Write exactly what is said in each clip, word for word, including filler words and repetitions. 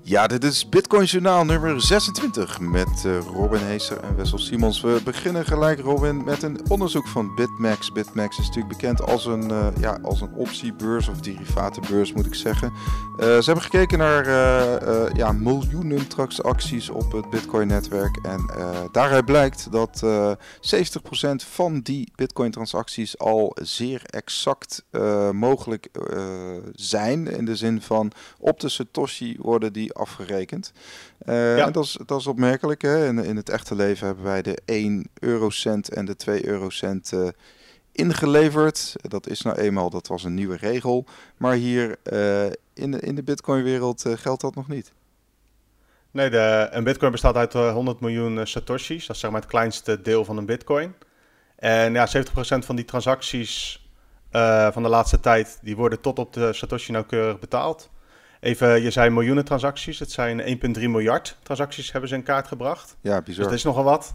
Ja, dit is Bitcoin Journaal nummer zesentwintig met uh, Robin Heester en Wessel Simons. We beginnen gelijk, Robin, met een onderzoek van BitMEX. BitMEX is natuurlijk bekend als een, uh, ja, als een optiebeurs of derivatenbeurs, moet ik zeggen. Uh, ze hebben gekeken naar uh, uh, ja, miljoenen transacties op het Bitcoin-netwerk. En uh, daaruit blijkt dat uh, zeventig procent van die Bitcoin-transacties al zeer exact uh, mogelijk uh, zijn. In de zin van op de Satoshi worden die afgerekend. Uh, ja. En dat is, dat is opmerkelijk. Hè? In, in het echte leven hebben wij de één eurocent en de twee eurocent uh, ingeleverd. Dat is nou eenmaal, dat was een nieuwe regel. Maar hier uh, in de, in de Bitcoin-wereld uh, geldt dat nog niet. Nee, de, een Bitcoin bestaat uit uh, honderd miljoen uh, Satoshis. Dat is zeg maar het kleinste deel van een Bitcoin. En ja, zeventig procent van die transacties uh, van de laatste tijd, die worden tot op de Satoshi nauwkeurig betaald. Even, je zei miljoenen transacties. Het zijn één komma drie miljard transacties hebben ze in kaart gebracht. Ja, bizar. Dus dat is nogal wat.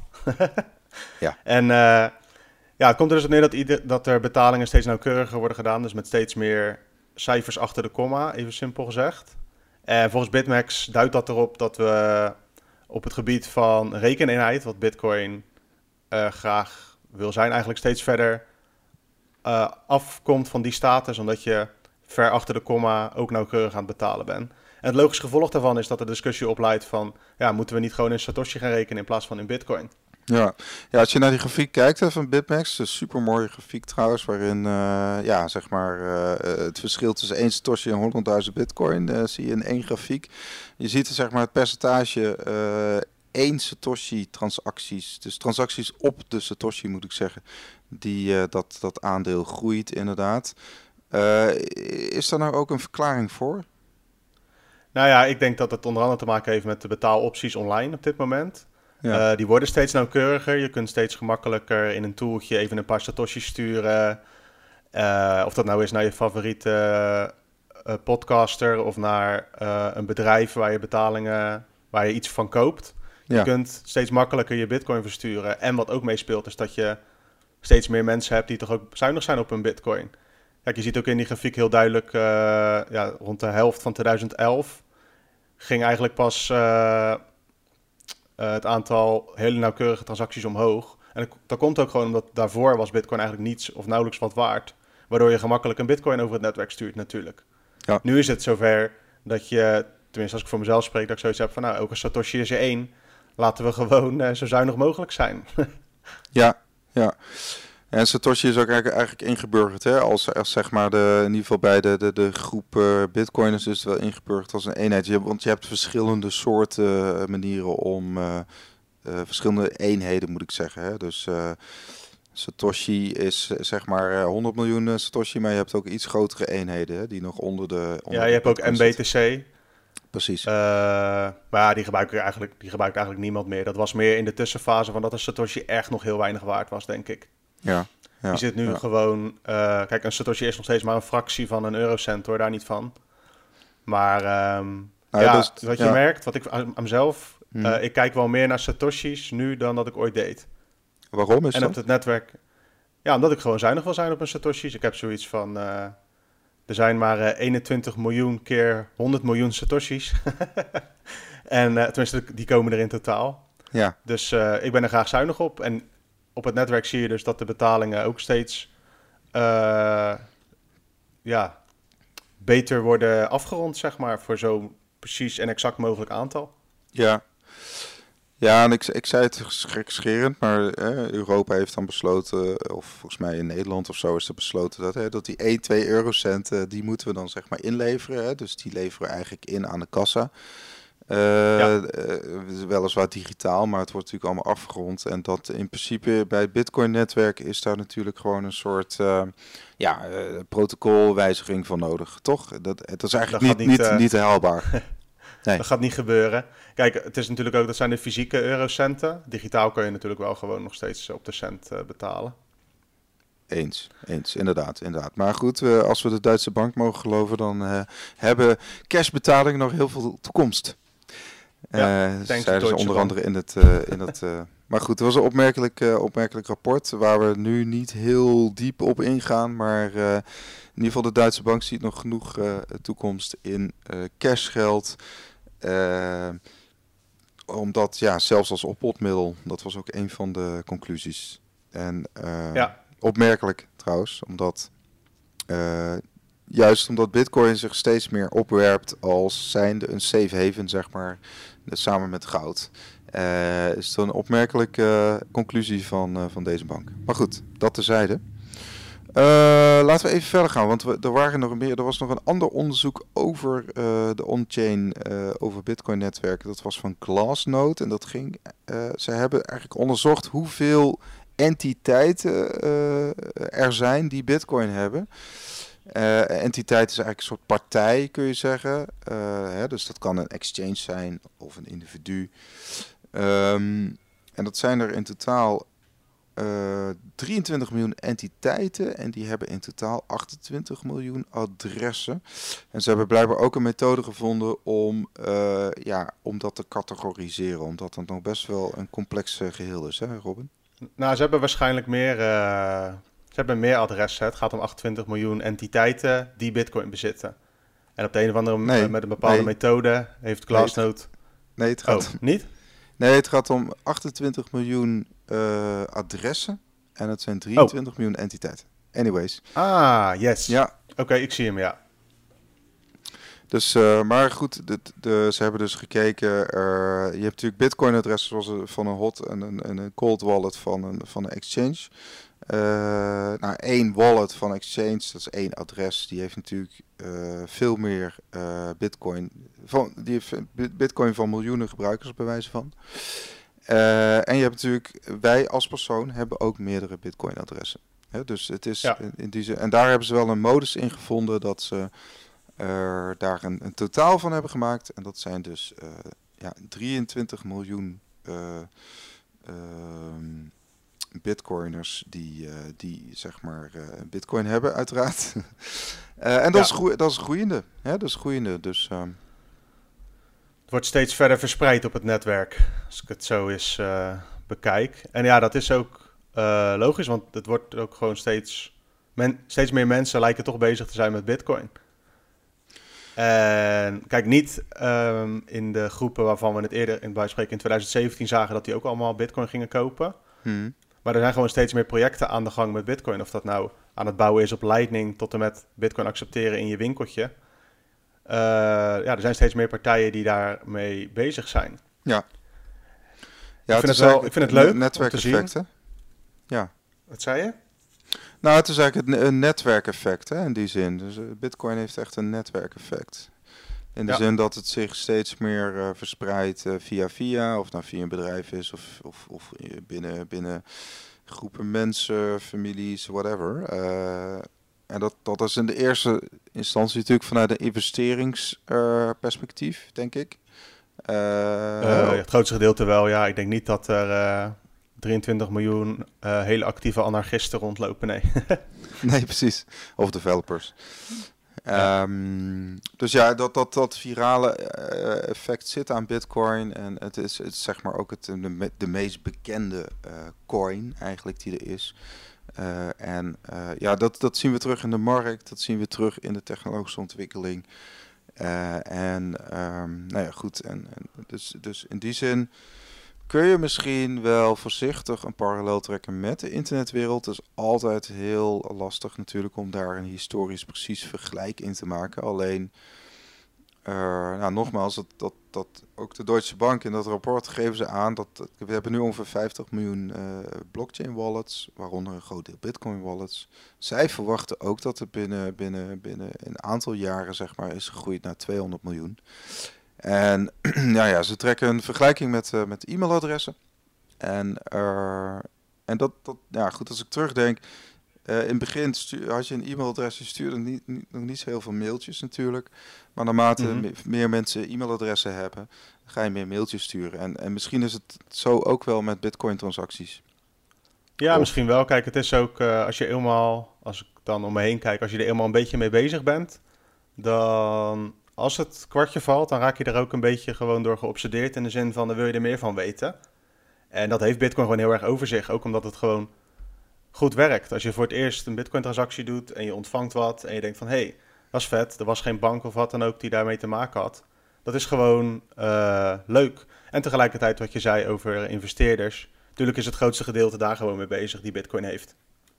Ja. En uh, ja, het komt er dus op neer dat, ieder, dat er betalingen steeds nauwkeuriger worden gedaan. Dus met steeds meer cijfers achter de komma, even simpel gezegd. En volgens BitMEX duidt dat erop dat we op het gebied van rekeneenheid, wat Bitcoin uh, graag wil zijn, eigenlijk steeds verder uh, afkomt van die status, omdat je ver achter de komma ook nauwkeurig aan het betalen ben. En het logische gevolg daarvan is dat de discussie opleidt van, ja, moeten we niet gewoon in Satoshi gaan rekenen in plaats van in Bitcoin? Ja, ja, als je naar die grafiek kijkt hè, van BitMEX, een super mooie grafiek trouwens, waarin uh, ja, zeg maar, uh, het verschil tussen één Satoshi en honderdduizend Bitcoin uh, zie je in één grafiek. Je ziet zeg maar, het percentage uh, één Satoshi transacties, dus transacties op de Satoshi moet ik zeggen, die, uh, dat, dat aandeel groeit inderdaad. Uh, is daar nou ook een verklaring voor? Nou ja, ik denk dat het onder andere te maken heeft met de betaalopties online op dit moment. Ja. Uh, die worden steeds nauwkeuriger. Je kunt steeds gemakkelijker in een tooltje even een paar Satoshi's sturen. Uh, of dat nou is naar je favoriete uh, podcaster of naar uh, een bedrijf waar je betalingen, waar je iets van koopt. Je Ja. kunt steeds makkelijker je Bitcoin versturen. En wat ook meespeelt is dat je steeds meer mensen hebt die toch ook zuinig zijn op hun Bitcoin. Kijk, je ziet ook in die grafiek heel duidelijk, uh, ja, rond de helft van twintig elf ging eigenlijk pas uh, uh, het aantal hele nauwkeurige transacties omhoog. En dat komt ook gewoon omdat daarvoor was Bitcoin eigenlijk niets of nauwelijks wat waard, waardoor je gemakkelijk een Bitcoin over het netwerk stuurt natuurlijk. Ja. Nu is het zover dat je, tenminste als ik voor mezelf spreek, dat ik zoiets heb van, nou, elke Satoshi is er één. Laten we gewoon uh, zo zuinig mogelijk zijn. Ja, ja. En Satoshi is ook eigenlijk, eigenlijk ingeburgerd, hè? Als, als zeg maar de, in ieder geval bij de, de, de groep uh, Bitcoiners is het wel ingeburgerd als een eenheid. Je, want je hebt verschillende soorten uh, manieren om uh, uh, verschillende eenheden, moet ik zeggen. Hè? Dus uh, Satoshi is uh, zeg maar uh, honderd miljoen uh, Satoshi, maar je hebt ook iets grotere eenheden, hè? Die nog onder de. Onder ja, je hebt ook M B T C. Precies. Uh, maar ja, die gebruikt eigenlijk, die gebruikt eigenlijk niemand meer. Dat was meer in de tussenfase van dat een Satoshi echt nog heel weinig waard was, denk ik. Ja, ja, je zit nu ja. gewoon... Uh, kijk, een Satoshi is nog steeds maar een fractie van een eurocent, hoor, daar niet van. Maar um, nou, ja, dus, wat je ja. merkt, wat ik aan mezelf... Hmm. Uh, ik kijk wel meer naar Satoshis nu dan dat ik ooit deed. Waarom is en dat? op het netwerk... Ja, omdat ik gewoon zuinig wil zijn op een Satoshis. Ik heb zoiets van... Uh, er zijn maar uh, eenentwintig miljoen keer honderd miljoen Satoshis. en uh, tenminste, die komen er in totaal. Ja. Dus uh, ik ben er graag zuinig op. En op het netwerk zie je dus dat de betalingen ook steeds uh, ja, beter worden afgerond, zeg maar, voor zo precies en exact mogelijk aantal. Ja, ja en ik, ik zei het gekscherend, maar eh, Europa heeft dan besloten, of volgens mij in Nederland of zo is er besloten, dat, hè, dat die één, twee eurocenten, die moeten we dan zeg maar inleveren. Hè, dus die leveren we eigenlijk in aan de kassa. Uh, ja. uh, weliswaar digitaal, maar het wordt natuurlijk allemaal afgerond. En dat in principe bij het Bitcoin-netwerk is daar natuurlijk gewoon een soort uh, ja, uh, protocolwijziging van nodig, toch? Dat, het is eigenlijk dat niet, niet, niet, uh, niet haalbaar. Nee. Dat gaat niet gebeuren. Kijk, het is natuurlijk ook, dat zijn de fysieke eurocenten. Digitaal kun je natuurlijk wel gewoon nog steeds op de cent uh, betalen. Eens, eens, inderdaad, inderdaad. Maar goed, uh, als we de Duitse bank mogen geloven, dan uh, hebben cashbetalingen nog heel veel toekomst. Ja, uh, zeiden ze onder andere in het... Uh, in het uh, maar goed, het was een opmerkelijk, uh, opmerkelijk rapport waar we nu niet heel diep op ingaan. Maar uh, in ieder geval de Duitse bank ziet nog genoeg uh, toekomst in uh, cashgeld. Uh, omdat, ja, zelfs als oppotmiddel, dat was ook een van de conclusies. En uh, ja. opmerkelijk trouwens, omdat uh, juist omdat Bitcoin zich steeds meer opwerpt als zijnde een safe haven, zeg maar, samen met goud. Uh, is het een opmerkelijke uh, conclusie van, uh, van deze bank. Maar goed, dat terzijde. Uh, laten we even verder gaan, want we, er, waren nog meer, er was nog een ander onderzoek over uh, de on-chain, uh, over Bitcoin-netwerken. Dat was van Glassnode en dat ging, uh, ze hebben eigenlijk onderzocht hoeveel entiteiten uh, er zijn die Bitcoin hebben. Uh, entiteit is eigenlijk een soort partij, kun je zeggen. Uh, hè, dus dat kan een exchange zijn of een individu. Um, en dat zijn er in totaal uh, drieëntwintig miljoen entiteiten. En die hebben in totaal achtentwintig miljoen adressen. En ze hebben blijkbaar ook een methode gevonden om, uh, ja, om dat te categoriseren. Omdat het nog best wel een complex uh, geheel is, hè Robin? Nou, ze hebben waarschijnlijk meer... Uh... Ze hebben meer adressen. Het gaat om achtentwintig miljoen entiteiten die Bitcoin bezitten. En op de een of andere nee, met een bepaalde nee. methode heeft Glassnode... Nee, het gaat... Oh, niet? Nee, het gaat om achtentwintig miljoen uh, adressen. En het zijn drieëntwintig oh. miljoen entiteiten. Anyways. Ah, yes. Ja. Oké, okay, ik zie hem, ja. Dus, uh, maar goed, de, de, ze hebben dus gekeken. Uh, je hebt natuurlijk Bitcoin-adressen zoals van een hot en een, en een cold wallet van een, van een exchange. Uh, nou, één wallet van exchange, dat is één adres, die heeft natuurlijk uh, veel meer uh, bitcoin, van, die heeft bitcoin van miljoenen gebruikers bij wijze van. Uh, en je hebt natuurlijk, wij als persoon hebben ook meerdere bitcoin adressen. Hè, dus het is ja. in, in die zin, en daar hebben ze wel een modus in gevonden dat ze uh, daar een, een totaal van hebben gemaakt. En dat zijn dus uh, ja, drieëntwintig miljoen uh, uh, bitcoiners die, uh, die zeg maar uh, bitcoin hebben uiteraard. uh, en dat, ja. is groe- dat is groeiende. Hè? Dat is groeiende. Dus, uh... het wordt steeds verder verspreid op het netwerk, als ik het zo eens uh, bekijk. En ja, dat is ook uh, logisch, want het wordt ook gewoon steeds... Men, steeds meer mensen lijken toch bezig te zijn met bitcoin. En kijk, niet um, in de groepen waarvan we het eerder in bijspreken in twintig zeventien zagen dat die ook allemaal bitcoin gingen kopen. Hmm. Maar er zijn gewoon steeds meer projecten aan de gang met Bitcoin. Of dat nou aan het bouwen is op Lightning tot en met Bitcoin accepteren in je winkeltje. Uh, ja, er zijn steeds meer partijen die daarmee bezig zijn. Ja. Ja, ik, vind het wel, ik vind het leuk netwerkeffect, hè? Ja. Wat zei je? Nou, het is eigenlijk een netwerkeffect, hè, in die zin. Dus Bitcoin heeft echt een netwerkeffect. In de ja. zin dat het zich steeds meer uh, verspreidt uh, via via, of nou via een bedrijf is, of, of, of binnen, binnen groepen mensen, families, whatever. Uh, en dat, dat is in de eerste instantie natuurlijk vanuit een investeringsperspectief, uh, denk ik. Uh, uh, het grootste gedeelte wel, ja. Ik denk niet dat er uh, drieëntwintig miljoen uh, hele actieve anarchisten rondlopen, nee. Nee, precies. Of developers. Ja. Um, dus ja, dat, dat, dat virale uh, effect zit aan Bitcoin. En het is, het is zeg maar ook het, de, de meest bekende uh, coin eigenlijk die er is. Uh, en uh, ja, dat, dat zien we terug in de markt. Dat zien we terug in de technologische ontwikkeling. Uh, en um, nou ja, goed. En, en dus, dus in die zin kun je misschien wel voorzichtig een parallel trekken met de internetwereld. Het is altijd heel lastig natuurlijk om daar een historisch precies vergelijk in te maken. Alleen, uh, nou, nogmaals, dat, dat, dat ook de Deutsche Bank in dat rapport geven ze aan dat, dat we hebben nu ongeveer vijftig miljoen uh, blockchain wallets, waaronder een groot deel bitcoin wallets. Zij verwachten ook dat het binnen, binnen, binnen een aantal jaren zeg maar, is gegroeid naar tweehonderd miljoen. En ja, ja, ze trekken een vergelijking met, uh, met e-mailadressen. En, uh, en dat, dat, ja goed, als ik terugdenk, uh, in het begin stuur, had je een e-mailadres, je stuurde niet, niet, nog niet zo heel veel mailtjes natuurlijk. Maar naarmate mm-hmm. me, meer mensen e-mailadressen hebben, ga je meer mailtjes sturen. En, en misschien is het zo ook wel met bitcoin transacties. Ja, of, misschien wel. Kijk, het is ook, uh, als je eenmaal, als ik dan om me heen kijk, als je er eenmaal een beetje mee bezig bent, dan... Als het kwartje valt, dan raak je er ook een beetje gewoon door geobsedeerd in de zin van, dan wil je er meer van weten. En dat heeft Bitcoin gewoon heel erg over zich, ook omdat het gewoon goed werkt. Als je voor het eerst een Bitcoin-transactie doet en je ontvangt wat en je denkt van, hé, hey, dat is vet, er was geen bank of wat dan ook die daarmee te maken had. Dat is gewoon uh, leuk. En tegelijkertijd wat je zei over investeerders. Natuurlijk is het grootste gedeelte daar gewoon mee bezig die Bitcoin heeft.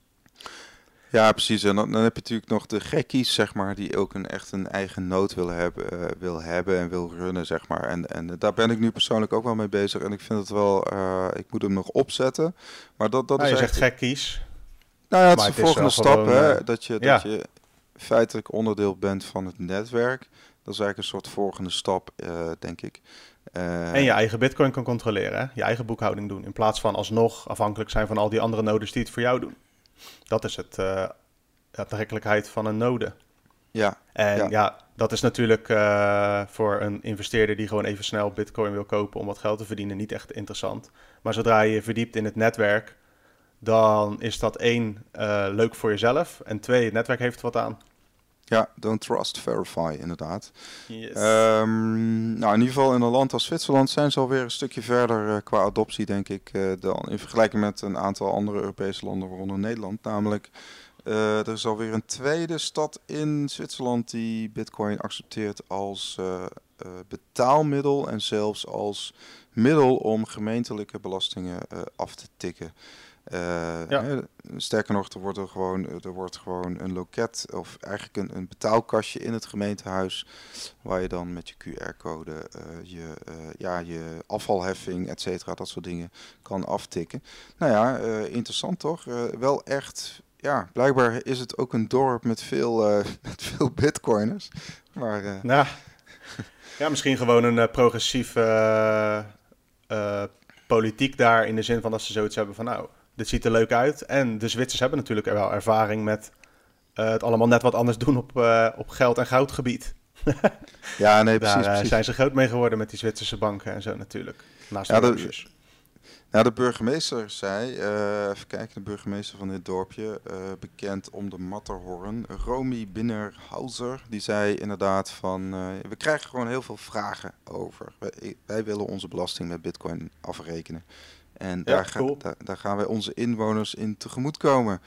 Ja, precies. En dan, dan heb je natuurlijk nog de gekkies, zeg maar, die ook een, echt een eigen node willen hebben, uh, wil hebben en wil runnen, zeg maar. En, en daar ben ik nu persoonlijk ook wel mee bezig. En ik vind het wel, uh, ik moet hem nog opzetten. Maar dat, dat nou, is je echt... zegt gekkies. Nou ja, het maar is de het volgende is stap, gewoon, hè. uh, Dat je, ja. dat je feitelijk onderdeel bent van het netwerk. Dat is eigenlijk een soort volgende stap, uh, denk ik. Uh, en je eigen Bitcoin kan controleren, hè? Je eigen boekhouding doen. In plaats van alsnog afhankelijk zijn van al die andere nodes die het voor jou doen. Dat is het, uh, de aantrekkelijkheid van een node. Ja. En ja, ja dat is natuurlijk uh, voor een investeerder die gewoon even snel Bitcoin wil kopen om wat geld te verdienen niet echt interessant. Maar zodra je je verdiept in het netwerk, dan is dat één, uh, leuk voor jezelf. En twee, het netwerk heeft er wat aan. Ja, don't trust, verify, inderdaad. Yes. Um, nou, in ieder geval in een land als Zwitserland zijn ze alweer een stukje verder uh, qua adoptie, denk ik, uh, dan in vergelijking met een aantal andere Europese landen, waaronder Nederland. Namelijk, uh, er is alweer een tweede stad in Zwitserland die Bitcoin accepteert als uh, uh, betaalmiddel en zelfs als middel om gemeentelijke belastingen uh, af te tikken. Uh, ja. hè, sterker nog, er wordt er gewoon, er wordt gewoon een loket of eigenlijk een, een betaalkastje in het gemeentehuis waar je dan met je Q R-code uh, je, uh, ja, je afvalheffing, et cetera, dat soort dingen kan aftikken. Nou ja, uh, interessant toch? Uh, wel echt, ja, blijkbaar is het ook een dorp met veel, uh, met veel bitcoiners. Maar, uh... nou, ja, misschien gewoon een uh, progressief uh, uh, politiek daar in de zin van dat ze zoiets hebben van nou, dit ziet er leuk uit. En de Zwitsers hebben natuurlijk wel ervaring met uh, het allemaal net wat anders doen op, uh, op geld- en goudgebied. Ja, nee, precies. Daar uh, precies. zijn ze groot mee geworden met die Zwitserse banken en zo natuurlijk. Naast ja, de de, nou, de burgemeester zei, uh, even kijken, de burgemeester van dit dorpje, uh, bekend om de Matterhorn, Romy Binnerhauser, die zei inderdaad van, uh, we krijgen gewoon heel veel vragen over. Wij, wij willen onze belasting met Bitcoin afrekenen. En ja, daar, ga, cool. daar, daar gaan wij onze inwoners in tegemoetkomen.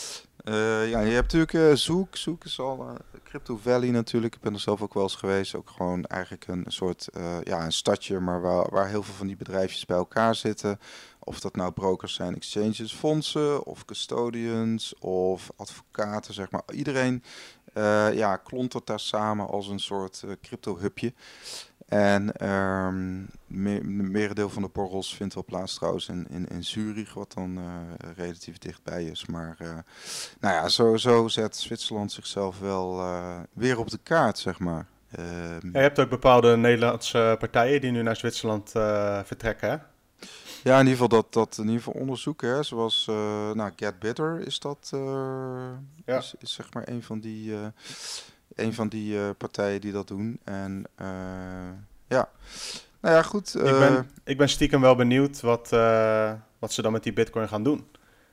Uh, ja, je hebt natuurlijk uh, Zoek. Zoek is al uh, Crypto Valley natuurlijk. Ik ben er zelf ook wel eens geweest. Ook gewoon eigenlijk een soort, uh, ja, een stadje, maar waar, waar heel veel van die bedrijfjes bij elkaar zitten. Of dat nou brokers zijn, exchanges, fondsen of custodians of advocaten, zeg maar. Iedereen uh, ja, klontert daar samen als een soort uh, crypto-hubje. En um, me- merendeel van de borrels vindt wel plaats trouwens in, in, in Zurich, wat dan uh, relatief dichtbij is. Maar uh, nou ja, zo, zo zet Zwitserland zichzelf wel uh, weer op de kaart, zeg maar. Um, ja, je hebt ook bepaalde Nederlandse partijen die nu naar Zwitserland uh, vertrekken, hè? Ja, in ieder geval dat, dat in ieder geval onderzoeken, hè, zoals uh, nou, GetBitter is dat, uh, ja. is, is zeg maar een van die... Uh, Een van die uh, partijen die dat doen. En uh, ja, nou ja, goed. Uh... Ik, ben, ik ben stiekem wel benieuwd wat, uh, wat ze dan met die Bitcoin gaan doen.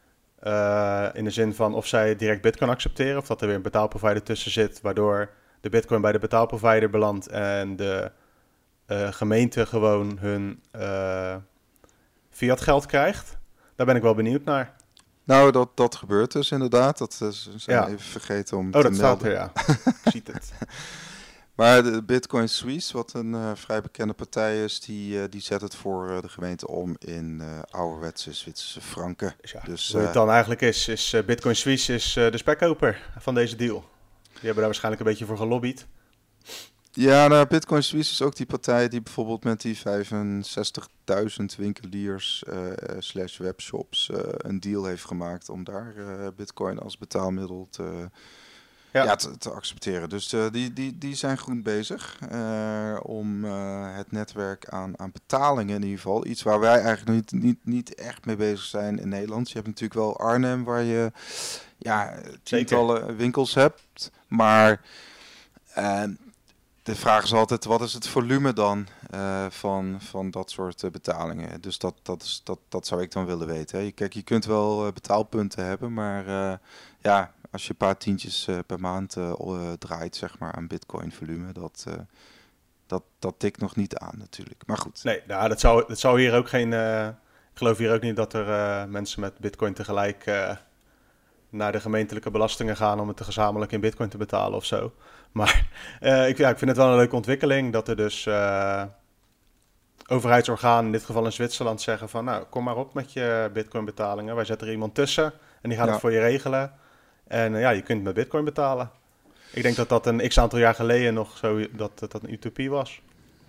Uh, in de zin van of zij direct Bitcoin accepteren, of dat er weer een betaalprovider tussen zit, waardoor de Bitcoin bij de betaalprovider belandt en de uh, gemeente gewoon hun uh, fiat geld krijgt. Daar ben ik wel benieuwd naar. Nou, dat, dat gebeurt dus inderdaad. Dat uh, zijn we ja. even vergeten om oh, te dat melden. Staat er, ja. Ik zie het. Maar de Bitcoin Suisse, wat een uh, vrij bekende partij is, die, uh, die zet het voor uh, de gemeente om in uh, ouderwetse Zwitserse franken. Ja, dus, hoe het dan eigenlijk is, is uh, Bitcoin Suisse is uh, de spekkoper van deze deal. Die hebben daar waarschijnlijk een beetje voor gelobbyd. Ja, nou, Bitcoin Suisse is ook die partij die bijvoorbeeld met die vijfenzestigduizend winkeliers uh, slash webshops uh, een deal heeft gemaakt om daar uh, Bitcoin als betaalmiddel te, ja. Ja, te, te accepteren. Dus uh, die, die, die zijn goed bezig uh, om uh, het netwerk aan, aan betalingen in ieder geval. Iets waar wij eigenlijk niet, niet, niet echt mee bezig zijn in Nederland. Je hebt natuurlijk wel Arnhem waar je ja, tientallen Zeker. winkels hebt, maar... Uh, De vraag is altijd, wat is het volume dan uh, van, van dat soort uh, betalingen? Dus dat, dat, is, dat, dat zou ik dan willen weten. Hè. Kijk, je kunt wel uh, betaalpunten hebben, maar uh, ja, als je een paar tientjes uh, per maand uh, uh, draait, zeg maar, aan bitcoin volume, dat, uh, dat, dat tikt nog niet aan natuurlijk. Maar goed. Nee, nou, dat zou, dat zou hier ook geen... Uh, ik geloof hier ook niet dat er uh, mensen met bitcoin tegelijk uh, naar de gemeentelijke belastingen gaan om het gezamenlijk in bitcoin te betalen of zo. Maar uh, ik, ja, ik vind het wel een leuke ontwikkeling dat er dus uh, overheidsorganen, in dit geval in Zwitserland, zeggen van nou, kom maar op met je bitcoin betalingen. Wij zetten er iemand tussen en die gaat ja. het voor je regelen. En uh, ja, je kunt met bitcoin betalen. Ik denk dat dat een x aantal jaar geleden nog zo, dat dat een utopie was.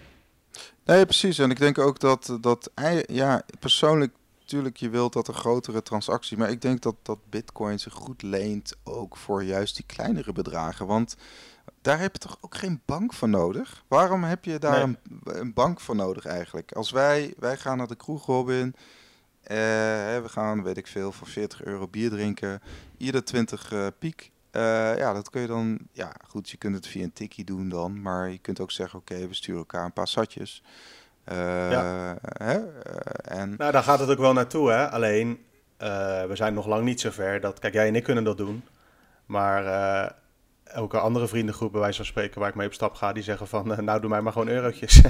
Nee, precies. En ik denk ook dat, dat ja, persoonlijk, natuurlijk, je wilt dat een grotere transactie, maar ik denk dat, dat bitcoin zich goed leent ook voor juist die kleinere bedragen. Want daar heb je toch ook geen bank voor nodig? Waarom heb je daar nee. een, een bank voor nodig eigenlijk? Als wij, wij gaan naar de kroeg, Robin, eh, we gaan, weet ik veel, voor veertig euro bier drinken, ieder twintig uh, piek. Uh, ja, dat kun je dan, ja goed, je kunt het via een tikkie doen dan, maar je kunt ook zeggen, oké, okay, we sturen elkaar een paar satjes. Uh, ja. hè? Uh, en... Nou, daar gaat het ook wel naartoe, hè. Alleen, uh, we zijn nog lang niet zover dat, kijk, jij en ik kunnen dat doen, maar uh, ook andere vriendengroepen, bij wijze van spreken, waar ik mee op stap ga, die zeggen van, uh, nou, doe mij maar gewoon eurotjes.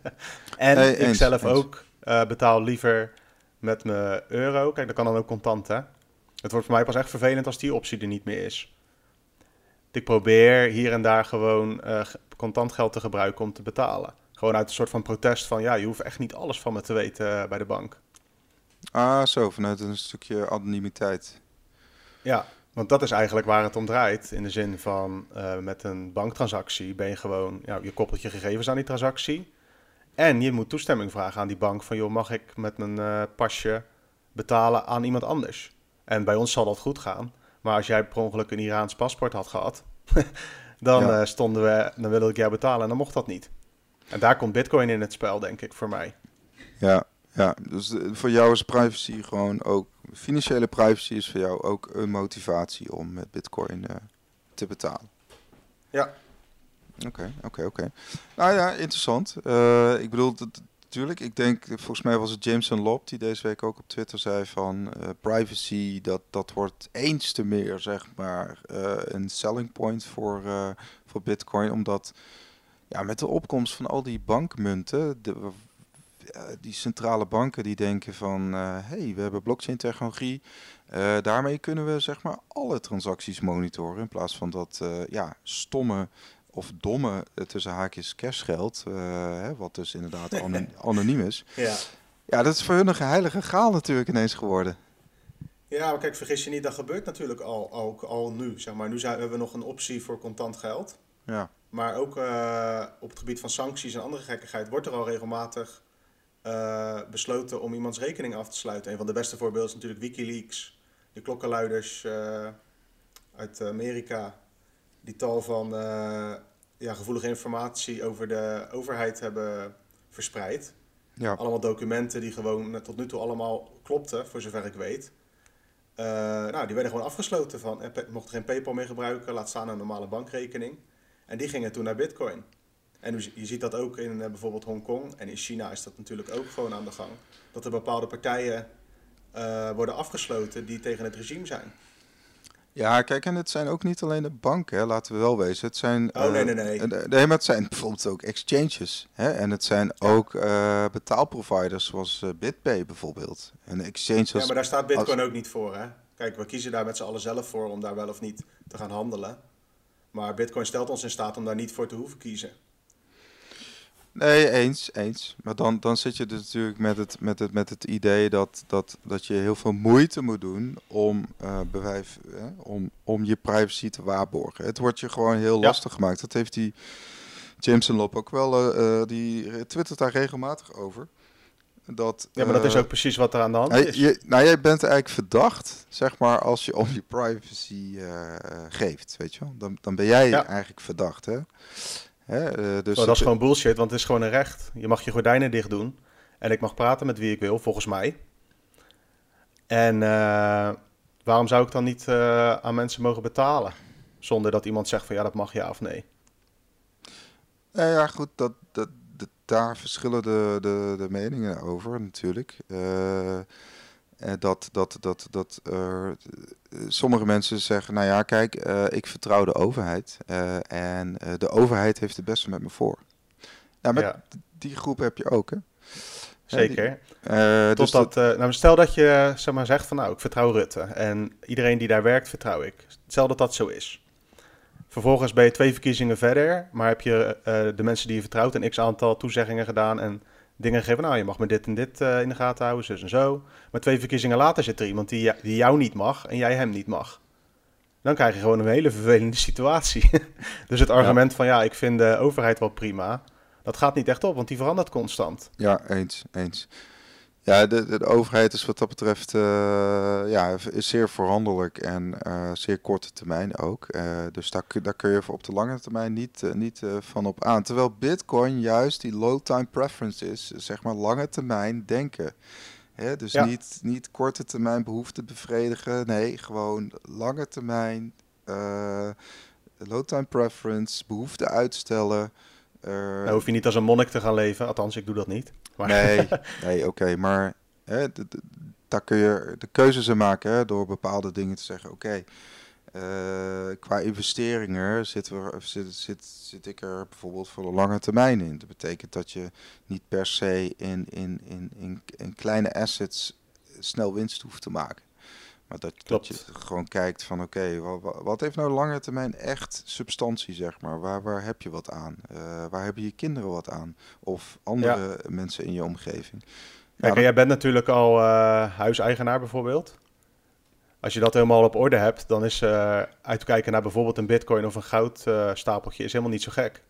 en nee, ik eens, zelf eens. ook uh, betaal liever met mijn euro. Kijk, dat kan dan ook contant, hè. Het wordt voor mij pas echt vervelend als die optie er niet meer is. Ik probeer hier en daar gewoon uh, contant geld te gebruiken om te betalen. Gewoon uit een soort van protest van, ja, je hoeft echt niet alles van me te weten uh, bij de bank. Ah, zo, vanuit een stukje anonimiteit. Ja, want dat is eigenlijk waar het om draait. In de zin van, uh, met een banktransactie ben je gewoon, ja, je koppelt je gegevens aan die transactie. En je moet toestemming vragen aan die bank van, joh, mag ik met mijn uh, pasje betalen aan iemand anders? En bij ons zal dat goed gaan. Maar als jij per ongeluk een Iraans paspoort had gehad, dan ja. uh, stonden we, dan wilde ik jou betalen en dan mocht dat niet. En daar komt bitcoin in het spel, denk ik, voor mij. Ja, ja. Dus de, voor jou is privacy gewoon ook, financiële privacy is voor jou ook een motivatie om met bitcoin uh, te betalen. Ja. Oké, okay, oké, okay, oké. Okay. Nou ja, interessant. Uh, ik bedoel, dat, natuurlijk, ik denk, volgens mij was het Jameson Lopp die deze week ook op Twitter zei van uh, privacy, dat, dat wordt eens te meer, zeg maar, uh, een selling point voor, uh, voor bitcoin, omdat ja, met de opkomst van al die bankmunten, de, uh, die centrale banken die denken van, uh, hey, we hebben blockchain technologie, uh, daarmee kunnen we, zeg maar, alle transacties monitoren, in plaats van dat, uh, ja, stomme of domme, tussen haakjes, cashgeld, uh, hè, wat dus inderdaad anon- anoniem is. Ja. Ja, dat is voor hun een heilige graal natuurlijk ineens geworden. Ja, maar kijk, vergis je niet, dat gebeurt natuurlijk al, al, al nu. Zeg maar. Nu zijn, hebben we nog een optie voor contant geld. Ja. Maar ook uh, op het gebied van sancties en andere gekkigheid wordt er al regelmatig uh, besloten om iemands rekening af te sluiten. Een van de beste voorbeelden is natuurlijk WikiLeaks. De klokkenluiders uh, uit Amerika die tal van uh, ja, gevoelige informatie over de overheid hebben verspreid. Ja. Allemaal documenten die gewoon tot nu toe allemaal klopten, voor zover ik weet. Uh, nou, die werden gewoon afgesloten van, eh, mochten geen PayPal meer gebruiken, laat staan een normale bankrekening. En die gingen toen naar Bitcoin. En je ziet dat ook in uh, bijvoorbeeld Hongkong en in China is dat natuurlijk ook gewoon aan de gang. Dat er bepaalde partijen uh, worden afgesloten die tegen het regime zijn. Ja, kijk, en het zijn ook niet alleen de banken, hè, laten we wel wezen. Het zijn, oh, nee, nee, nee. Uh, nee, maar het zijn bijvoorbeeld ook exchanges. Hè? En het zijn ja. ook uh, betaalproviders zoals uh, BitPay bijvoorbeeld. En exchanges. Ja, maar daar staat Bitcoin als... ook niet voor, hè? Kijk, we kiezen daar met z'n allen zelf voor om daar wel of niet te gaan handelen. Maar Bitcoin stelt ons in staat om daar niet voor te hoeven kiezen. Nee, eens, eens. Maar dan, dan zit je dus natuurlijk met het, met het, met het idee dat, dat, dat je heel veel moeite moet doen om, uh, bewijf, eh, om, om je privacy te waarborgen. Het wordt je gewoon heel ja. lastig gemaakt. Dat heeft die Jameson Lopp ook wel, uh, die twittert daar regelmatig over. Dat, ja, maar dat uh, is ook precies wat er aan de hand hij, is. Je, nou, jij bent eigenlijk verdacht, zeg maar, als je om je privacy uh, geeft, weet je wel. Dan, dan ben jij ja. eigenlijk verdacht, hè. Hè, uh, dus oh, dat is gewoon bullshit, want het is gewoon een recht. Je mag je gordijnen dicht doen en ik mag praten met wie ik wil, volgens mij. En uh, waarom zou ik dan niet uh, aan mensen mogen betalen? Zonder dat iemand zegt van ja, dat mag ja of nee. Nou ja, goed, dat, dat, dat, daar verschillen de, de, de meningen over natuurlijk. Uh, dat dat, dat, dat uh, sommige mensen zeggen, nou ja, kijk, uh, ik vertrouw de overheid. Uh, en uh, de overheid heeft het beste met me voor. Nou, met ja. die groep heb je ook, hè. zeker. Uh, dus Totdat, dat... uh, nou, stel dat je zeg maar, zegt van nou, ik vertrouw Rutte. En iedereen die daar werkt, vertrouw ik. Stel dat dat zo is. Vervolgens ben je twee verkiezingen verder, maar heb je uh, de mensen die je vertrouwt een x-aantal toezeggingen gedaan en dingen gegeven. Nou, je mag me dit en dit uh, in de gaten houden, zus en zo. Maar twee verkiezingen later zit er iemand die, die jou niet mag en jij hem niet mag. Dan krijg je gewoon een hele vervelende situatie. Dus het argument ja. van ja, ik vind de overheid wel prima, dat gaat niet echt op, want die verandert constant. Ja, eens, eens. Ja, de, de, de overheid is wat dat betreft uh, ja, is zeer veranderlijk en uh, zeer korte termijn ook. Uh, dus daar, daar kun je op de lange termijn niet, uh, niet uh, van op aan. Terwijl Bitcoin juist die low time preference is, zeg maar lange termijn denken. Hè, dus ja. niet, niet korte termijn behoeften bevredigen, nee, gewoon lange termijn, uh, low time preference, behoeften uitstellen. Uh, nou hoef je niet als een monnik te gaan leven, althans ik doe dat niet. Maar... Nee, nee oké, okay, maar hè, d- d- daar kun je de keuzes in maken hè, door bepaalde dingen te zeggen. Oké, okay, uh, qua investeringen zit, we, zit, zit, zit ik er bijvoorbeeld voor de lange termijn in. Dat betekent dat je niet per se in, in, in, in, in kleine assets snel winst hoeft te maken. Maar dat, dat je gewoon kijkt van oké, okay, wat, wat heeft nou lange termijn echt substantie, zeg maar? Waar, waar heb je wat aan? Uh, waar hebben je kinderen wat aan? Of andere ja. mensen in je omgeving? Kijk, ja, jij bent natuurlijk al uh, huiseigenaar bijvoorbeeld. Als je dat helemaal op orde hebt, dan is uh, uitkijken naar bijvoorbeeld een bitcoin of een goudstapeltje uh, is helemaal niet zo gek.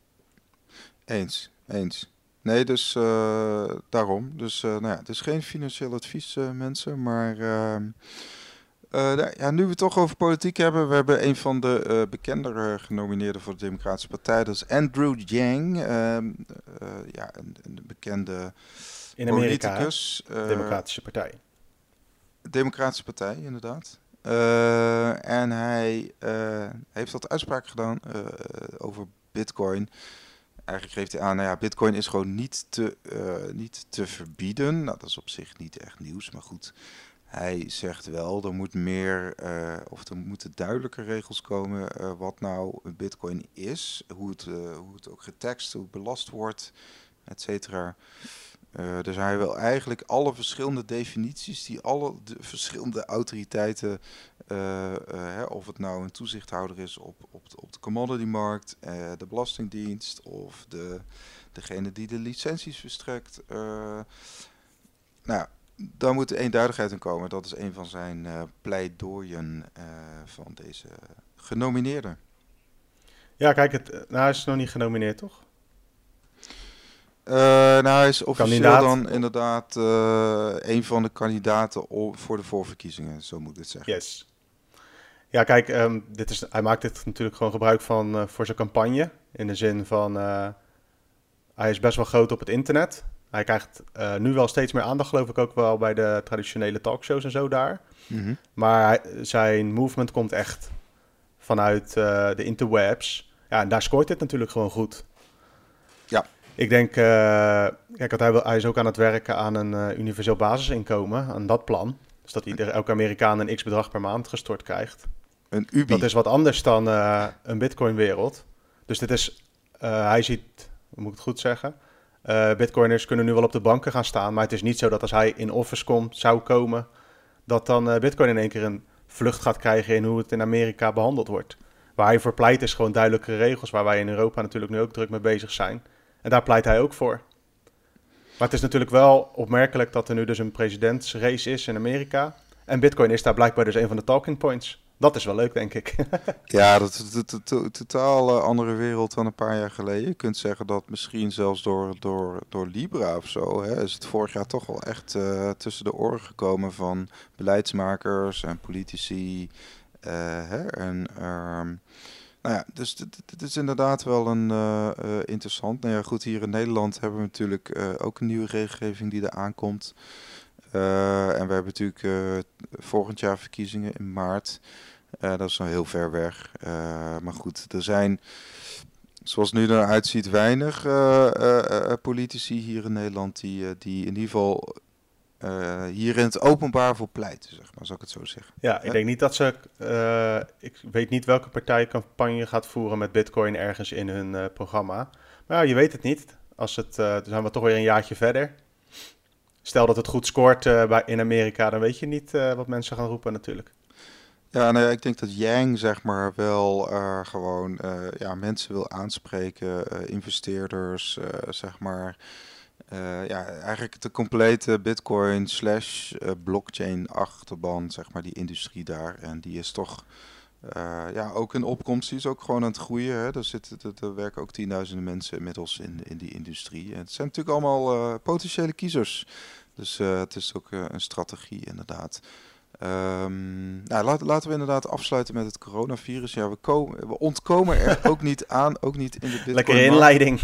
Eens, eens. Nee, dus uh, daarom. Dus uh, nou ja, het is geen financieel advies, uh, mensen. Maar uh, uh, ja, nu we het toch over politiek hebben. We hebben een van de uh, bekendere genomineerden voor de Democratische Partij. Dat is Andrew Yang. Uh, uh, ja, een, een bekende in Amerika, politicus. Uh, Democratische Partij. Democratische Partij, inderdaad. Uh, en hij uh, heeft wat uitspraak gedaan uh, over Bitcoin. Eigenlijk geeft hij aan, nou ja, Bitcoin is gewoon niet te, uh, niet te verbieden. Nou, dat is op zich niet echt nieuws, maar goed. Hij zegt wel, er moet meer, uh, of er moeten duidelijke regels komen uh, wat nou een Bitcoin is. Hoe het, uh, hoe het ook getaxt, hoe het belast wordt, et cetera. Uh, dus hij wil eigenlijk alle verschillende definities die alle de verschillende autoriteiten, uh, uh, hè, of het nou een toezichthouder is op, op, de, op de commoditymarkt, uh, de Belastingdienst of de, degene die de licenties verstrekt. Uh, nou, daar moet eenduidigheid in komen. Dat is een van zijn uh, pleidooien uh, van deze genomineerden. Ja, kijk, het, nou, hij is nog niet genomineerd, toch? Uh, nou, hij is officieel Kandidaat. dan inderdaad uh, een van de kandidaten voor de voorverkiezingen, zo moet ik het zeggen. Yes. Ja, kijk, um, dit is, hij maakt dit natuurlijk gewoon gebruik van uh, voor zijn campagne. In de zin van, uh, hij is best wel groot op het internet. Hij krijgt uh, nu wel steeds meer aandacht, geloof ik ook wel, bij de traditionele talkshows en zo daar. Mm-hmm. Maar hij, zijn movement komt echt vanuit uh, de interwebs. Ja, en daar scoort dit natuurlijk gewoon goed. Ja. Ik denk, uh, kijk, want hij, wil, hij is ook aan het werken aan een uh, universeel basisinkomen, aan dat plan. Dus dat ieder, elke Amerikaan een x-bedrag per maand gestort krijgt. Een U B I. Dat is wat anders dan uh, een bitcoin-wereld. Dus dit is, uh, hij ziet, hoe moet ik het goed zeggen? Uh, bitcoiners kunnen nu wel op de banken gaan staan, maar het is niet zo dat als hij in office komt, zou komen, dat dan uh, bitcoin in één keer een vlucht gaat krijgen in hoe het in Amerika behandeld wordt. Waar hij voor pleit is gewoon duidelijkere regels, waar wij in Europa natuurlijk nu ook druk mee bezig zijn. En daar pleit hij ook voor. Maar het is natuurlijk wel opmerkelijk dat er nu dus een presidentsrace is in Amerika. En Bitcoin is daar blijkbaar dus een van de talking points. Dat is wel leuk, denk ik. Ja, dat is een totaal andere wereld dan een paar jaar geleden. Je kunt zeggen dat misschien zelfs door, door, door Libra of zo, hè, is het vorig jaar toch wel echt uh, tussen de oren gekomen van beleidsmakers en politici. Uh, hè, en... Um, Nou ja, dus het is inderdaad wel een uh, uh, interessant. Nou ja, goed, hier in Nederland hebben we natuurlijk uh, ook een nieuwe regelgeving die er aankomt. Uh, en we hebben natuurlijk uh, volgend jaar verkiezingen in maart. Uh, dat is nog heel ver weg. Uh, maar goed, er zijn, zoals het nu eruit ziet, weinig uh, uh, uh, politici hier in Nederland die, uh, die in ieder geval... Uh, hier in het openbaar voor pleiten, zeg maar, zou ik het zo zeggen. Ja, ik ja? denk niet dat ze... Uh, ik weet niet welke partij campagne gaat voeren met Bitcoin ergens in hun uh, programma. Maar ja, je weet het niet. Als het, uh, dan zijn we toch weer een jaartje verder. Stel dat het goed scoort uh, bij, in Amerika, dan weet je niet uh, wat mensen gaan roepen natuurlijk. Ja, nou ja, ik denk dat Yang zeg maar wel uh, gewoon uh, ja, mensen wil aanspreken, uh, investeerders, uh, zeg maar. Uh, ja, eigenlijk de complete Bitcoin slash uh, blockchain achterban, zeg maar, die industrie daar. En die is toch uh, ja, ook in opkomst, die is ook gewoon aan het groeien. Hè. Er, zitten, er, er werken ook tienduizenden mensen inmiddels in, in die industrie. En het zijn natuurlijk allemaal uh, potentiële kiezers. Dus uh, het is ook uh, een strategie inderdaad. Um, nou, laat, laten we inderdaad afsluiten met het coronavirus. Ja, we, komen, we ontkomen er ook niet aan, ook niet in de Bitcoin. Lekkere inleiding.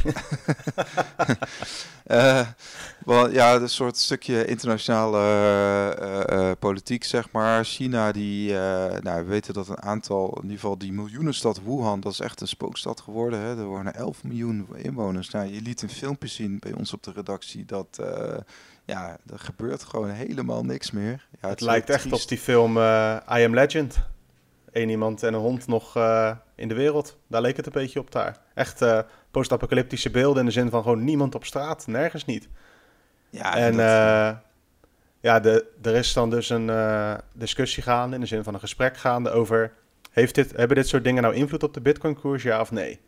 uh, wel, ja, een soort stukje internationale uh, uh, politiek, zeg maar. China, die, uh, nou, we weten dat een aantal, in ieder geval die miljoenenstad Wuhan, dat is echt een spookstad geworden. Hè? Er wonen elf miljoen inwoners. Nou, je liet een filmpje zien bij ons op de redactie dat... Uh, Ja, er gebeurt gewoon helemaal niks meer. Ja, het het lijkt echt triest. op die film uh, I Am Legend. Eén iemand en een hond nog uh, in de wereld. Daar leek het een beetje op daar. Echt uh, post-apocalyptische beelden in de zin van gewoon niemand op straat. Nergens niet. Ja, en dat, uh, ja, de, er is dan dus een uh, discussie gaande, in de zin van een gesprek gaande over... Heeft dit, hebben dit soort dingen nou invloed op de Bitcoin-koers, ja of nee?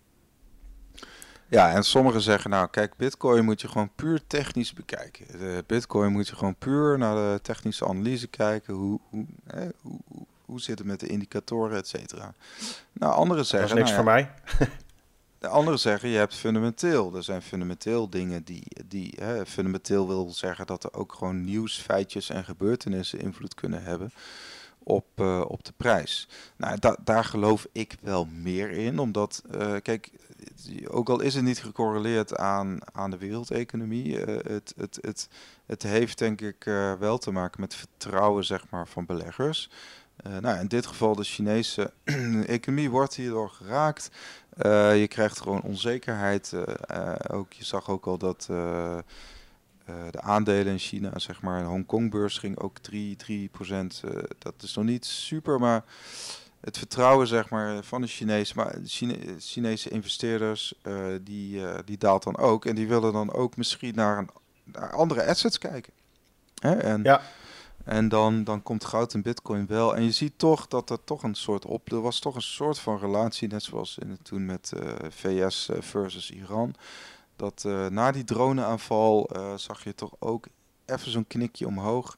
Ja, en sommigen zeggen, nou kijk, Bitcoin moet je gewoon puur technisch bekijken. De Bitcoin moet je gewoon puur naar de technische analyse kijken. Hoe, hoe, hè, hoe, hoe, hoe zit het met de indicatoren, et cetera. Nou, anderen zeggen... Dat is niks nou ja, voor mij. De anderen zeggen, je hebt fundamenteel. Er zijn fundamenteel dingen die... die hè, fundamenteel wil zeggen dat er ook gewoon nieuws, feitjes en gebeurtenissen invloed kunnen hebben op, uh, op de prijs. Nou, da- daar geloof ik wel meer in, omdat, uh, kijk, ook al is het niet gecorreleerd aan, aan de wereldeconomie, uh, het, het, het, het heeft denk ik uh, wel te maken met vertrouwen, zeg maar, van beleggers. Uh, nou, in dit geval de Chinese economie wordt hierdoor geraakt. Uh, je krijgt gewoon onzekerheid. Uh, uh, ook, je zag ook al dat... Uh, Uh, de aandelen in China, zeg maar, de Hongkongbeurs ging ook drie procent. Uh, dat is nog niet super, maar het vertrouwen, zeg maar, van de Chinezen, maar de Chine- Chinese investeerders, uh, die, uh, die daalt dan ook. En die willen dan ook misschien naar, een, naar andere assets kijken. Hè? En, Ja. en dan, dan komt goud en bitcoin wel. En je ziet toch dat er toch een soort op... Er was toch een soort van relatie, net zoals in het, toen met uh, V S versus Iran... Dat uh, na die droneaanval uh, zag je toch ook even zo'n knikje omhoog.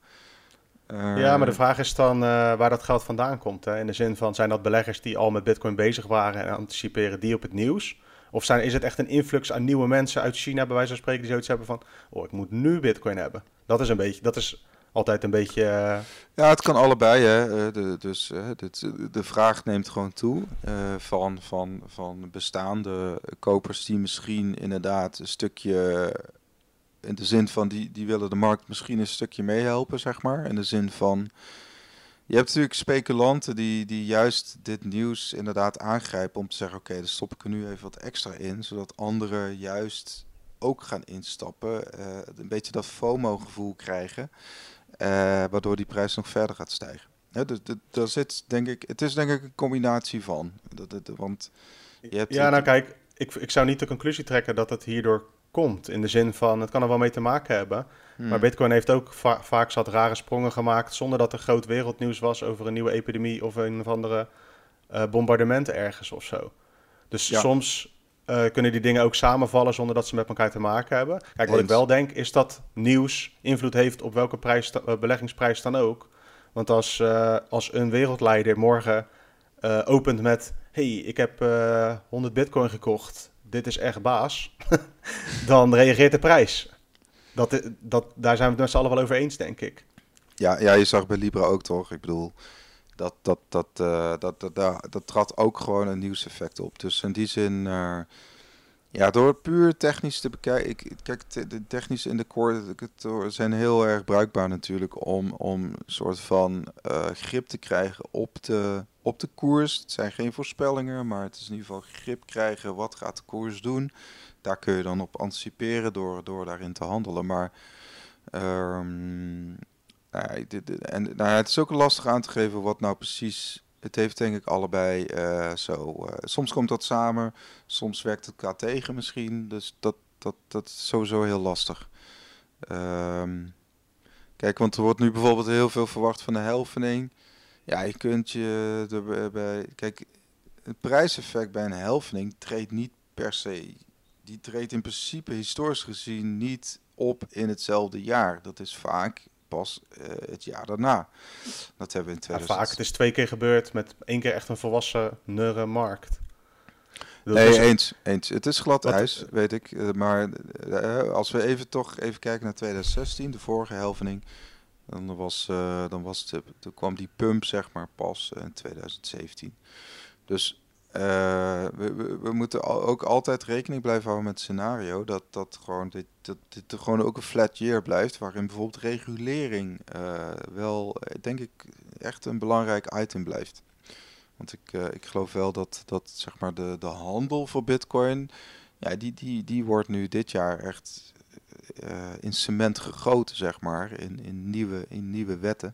Uh, Ja, maar de vraag is dan uh, waar dat geld vandaan komt. Hè? In de zin van, zijn dat beleggers die al met Bitcoin bezig waren en anticiperen die op het nieuws? Of zijn, is het echt een influx aan nieuwe mensen uit China, bij wijze van spreken, die zoiets hebben van... Oh, ik moet nu Bitcoin hebben. Dat is een beetje, dat is altijd een beetje... Uh... Ja, het kan allebei. Hè. Uh, de, dus uh, dit, de vraag neemt gewoon toe uh, van, van, van bestaande kopers die misschien inderdaad een stukje... In de zin van, die, die willen de markt misschien een stukje meehelpen, zeg maar. In de zin van... Je hebt natuurlijk speculanten die, die juist dit nieuws inderdaad aangrijpen om te zeggen... Oké, okay, dan stop ik er nu even wat extra in, zodat anderen juist ook gaan instappen. Uh, een beetje dat FOMO-gevoel krijgen, uh, waardoor die prijs nog verder gaat stijgen. Ja, dus, daar zit, denk ik, het is denk ik een combinatie van. Dat, dat, want je hebt ja, nou kijk, ik, ik zou niet de conclusie trekken dat het hierdoor komt. In de zin van, het kan er wel mee te maken hebben. Hmm. Maar Bitcoin heeft ook va- vaak zat rare sprongen gemaakt zonder dat er groot wereldnieuws was over een nieuwe epidemie of een of andere uh, bombardement ergens of zo. Dus ja. soms uh, kunnen die dingen ook samenvallen zonder dat ze met elkaar te maken hebben. Kijk, wat Eens. ik wel denk is dat nieuws invloed heeft op welke prijs, uh, beleggingsprijs dan ook. Want als, uh, als een wereldleider morgen uh, opent met... hey, ik heb uh, honderd bitcoin gekocht, dit is echt baas, dan reageert de prijs. Dat, dat, daar zijn we het met z'n allen wel over eens, denk ik. Ja, ja, je zag bij Libra ook toch? Ik bedoel, dat, dat, dat, uh, dat, dat, dat, dat trad ook gewoon een nieuwseffect op. Dus in die zin, uh, ja, door het puur technisch te bekijken... Ik, kijk, te, de technisch in de core zijn heel erg bruikbaar natuurlijk... om, om een soort van uh, grip te krijgen op de... Op de koers, het zijn geen voorspellingen, maar het is in ieder geval grip krijgen. Wat gaat de koers doen? Daar kun je dan op anticiperen door, door daarin te handelen. Maar um, nou, dit, dit, en, nou, het is ook lastig aan te geven wat nou precies... Het heeft denk ik allebei uh, zo. Uh, soms komt dat samen, soms werkt het elkaar tegen misschien. Dus dat, dat, dat is sowieso heel lastig. Um, kijk, want er wordt nu bijvoorbeeld heel veel verwacht van de halvening. Ja, je kunt je erbij... Kijk, het prijseffect bij een halvening treedt niet per se... Die treedt in principe historisch gezien niet op in hetzelfde jaar. Dat is vaak pas uh, het jaar daarna. Dat hebben we in tweeduizend... Ja, vaak, het is twee keer gebeurd met één keer echt een volwassen, nurre markt. Dat nee, is... eens, eens. Het is glad Wat? ijs, weet ik. Uh, maar uh, als we even toch even kijken naar tweeduizend zestien, de vorige halvening... Dan, was, uh, dan was het, toen kwam die pump zeg maar pas uh, in tweeduizend zeventien. Dus uh, we, we, we moeten al, ook altijd rekening blijven houden met het scenario dat, dat, gewoon dit, dat dit gewoon ook een flat year blijft, waarin bijvoorbeeld regulering uh, wel, denk ik, echt een belangrijk item blijft. Want ik, uh, ik geloof wel dat, dat zeg maar de, de handel voor Bitcoin, ja, die, die, die wordt nu dit jaar echt uh, in cement gegoten, zeg maar, in, in, nieuwe, in nieuwe wetten.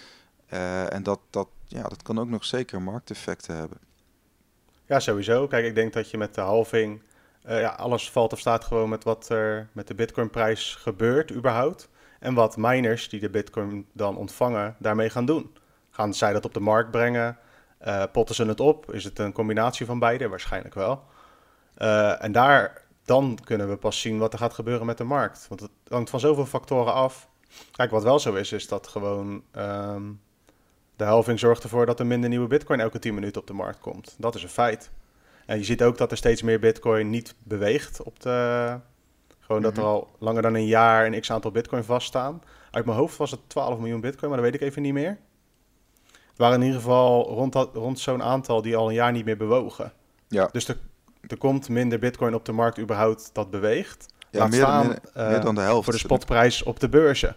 Uh, en dat, dat, ja, dat kan ook nog zeker markteffecten hebben. Ja, sowieso. Kijk, ik denk dat je met de halving, uh, ja, alles valt of staat gewoon met wat er met de Bitcoin-prijs gebeurt überhaupt. En wat miners die de Bitcoin dan ontvangen daarmee gaan doen. Gaan zij dat op de markt brengen? Uh, potten ze het op? Is het een combinatie van beide? Waarschijnlijk wel. Uh, en daar, dan kunnen we pas zien wat er gaat gebeuren met de markt. Want het hangt van zoveel factoren af. Kijk, wat wel zo is, is dat gewoon um, de halving zorgt ervoor dat er minder nieuwe Bitcoin elke tien minuten op de markt komt. Dat is een feit. En je ziet ook dat er steeds meer Bitcoin niet beweegt op de... Gewoon mm-hmm. dat er al langer dan een jaar een x-aantal Bitcoin vaststaan. Uit mijn hoofd was het twaalf miljoen Bitcoin, maar dat weet ik even niet meer. Het waren in ieder geval rond, dat, rond zo'n aantal die al een jaar niet meer bewogen. Ja. Dus er, er komt minder Bitcoin op de markt überhaupt dat beweegt. Ja, Laat meer, staan, meer, uh, meer dan de helft. Voor de spotprijs op de beurzen.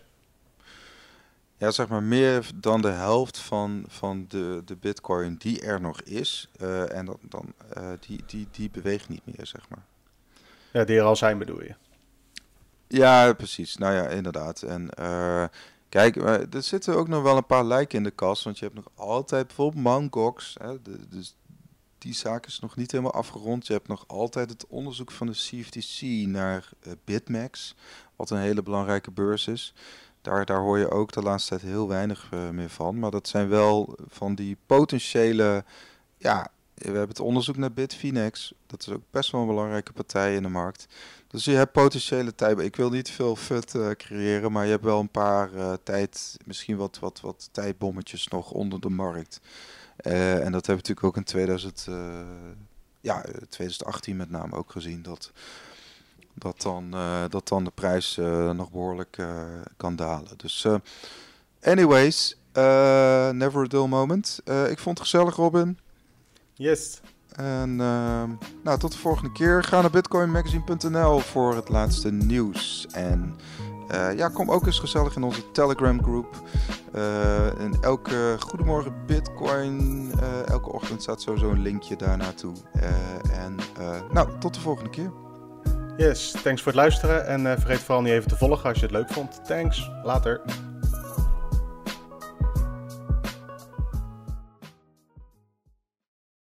Ja, zeg maar meer dan de helft van, van de, de Bitcoin die er nog is. Uh, en dan, dan, uh, die, die, die beweegt niet meer, zeg maar. Ja, die er al zijn bedoel je? Ja, precies. Nou ja, inderdaad. En uh, kijk, er zitten ook nog wel een paar lijken in de kast. Want je hebt nog altijd bijvoorbeeld Mt. Gox. Hè, de, dus die zaak is nog niet helemaal afgerond. Je hebt nog altijd het onderzoek van de C F T C naar uh, BitMEX. Wat een hele belangrijke beurs is. Daar, daar hoor je ook de laatste tijd heel weinig uh, meer van. Maar dat zijn wel van die potentiële... Ja, we hebben het onderzoek naar Bitfinex. Dat is ook best wel een belangrijke partij in de markt. Dus je hebt potentiële tijd. Ik wil niet veel fut uh, creëren, maar je hebt wel een paar uh, tijd... Misschien wat, wat, wat tijdbommetjes nog onder de markt. Uh, en dat hebben we natuurlijk ook in tweeduizend, uh, ja, tweeduizend achttien met name ook gezien. Dat... Dat dan, uh, dat dan de prijs uh, nog behoorlijk uh, kan dalen. Dus uh, anyways, uh, never a dull moment. Uh, ik vond het gezellig, Robin. Yes. En uh, nou, tot de volgende keer. Ga naar bitcoin magazine punt n l voor het laatste nieuws. En uh, ja, kom ook eens gezellig in onze Telegram groep. Uh, en elke Goedemorgen Bitcoin, uh, elke ochtend staat sowieso een linkje daar naartoe. Uh, en uh, nou, tot de volgende keer. Yes, thanks voor het luisteren en uh, vergeet vooral niet even te volgen als je het leuk vond. Thanks, later.